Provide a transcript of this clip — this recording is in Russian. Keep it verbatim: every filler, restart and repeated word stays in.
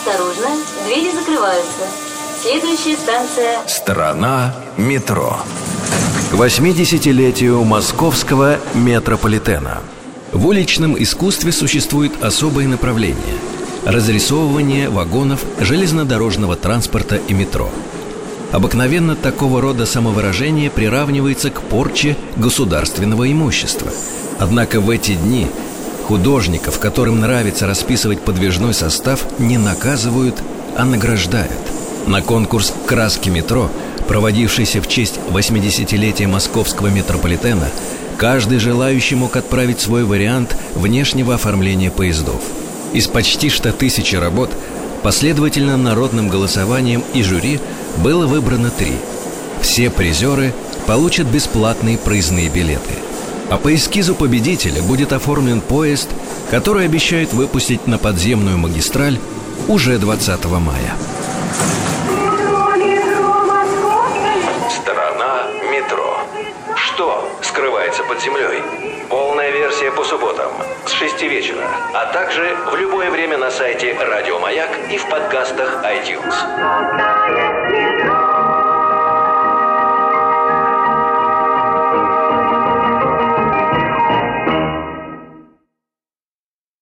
Осторожно, двери закрываются. Следующая станция... Страна метро. К восьмидесятилетию московского метрополитена. В уличном искусстве существует особое направление – разрисовывание вагонов железнодорожного транспорта и метро. Обыкновенно такого рода самовыражение приравнивается к порче государственного имущества. Однако в эти дни художников, которым нравится расписывать подвижной состав, не наказывают, а награждают. На конкурс «Краски метро», проводившийся в честь восьмидесятилетия московского метрополитена, каждый желающий мог отправить свой вариант внешнего оформления поездов. Из почти ста тысячи работ последовательно народным голосованием и жюри было выбрано три. Все призеры получат бесплатные проездные билеты. А по эскизу победителя будет оформлен поезд, который обещают выпустить на подземную магистраль уже двадцатого мая. Страна метро. Что скрывается под землей? Полная версия по субботам с шести вечера, а также в любое время на сайте Радио Маяк и в подкастах iTunes.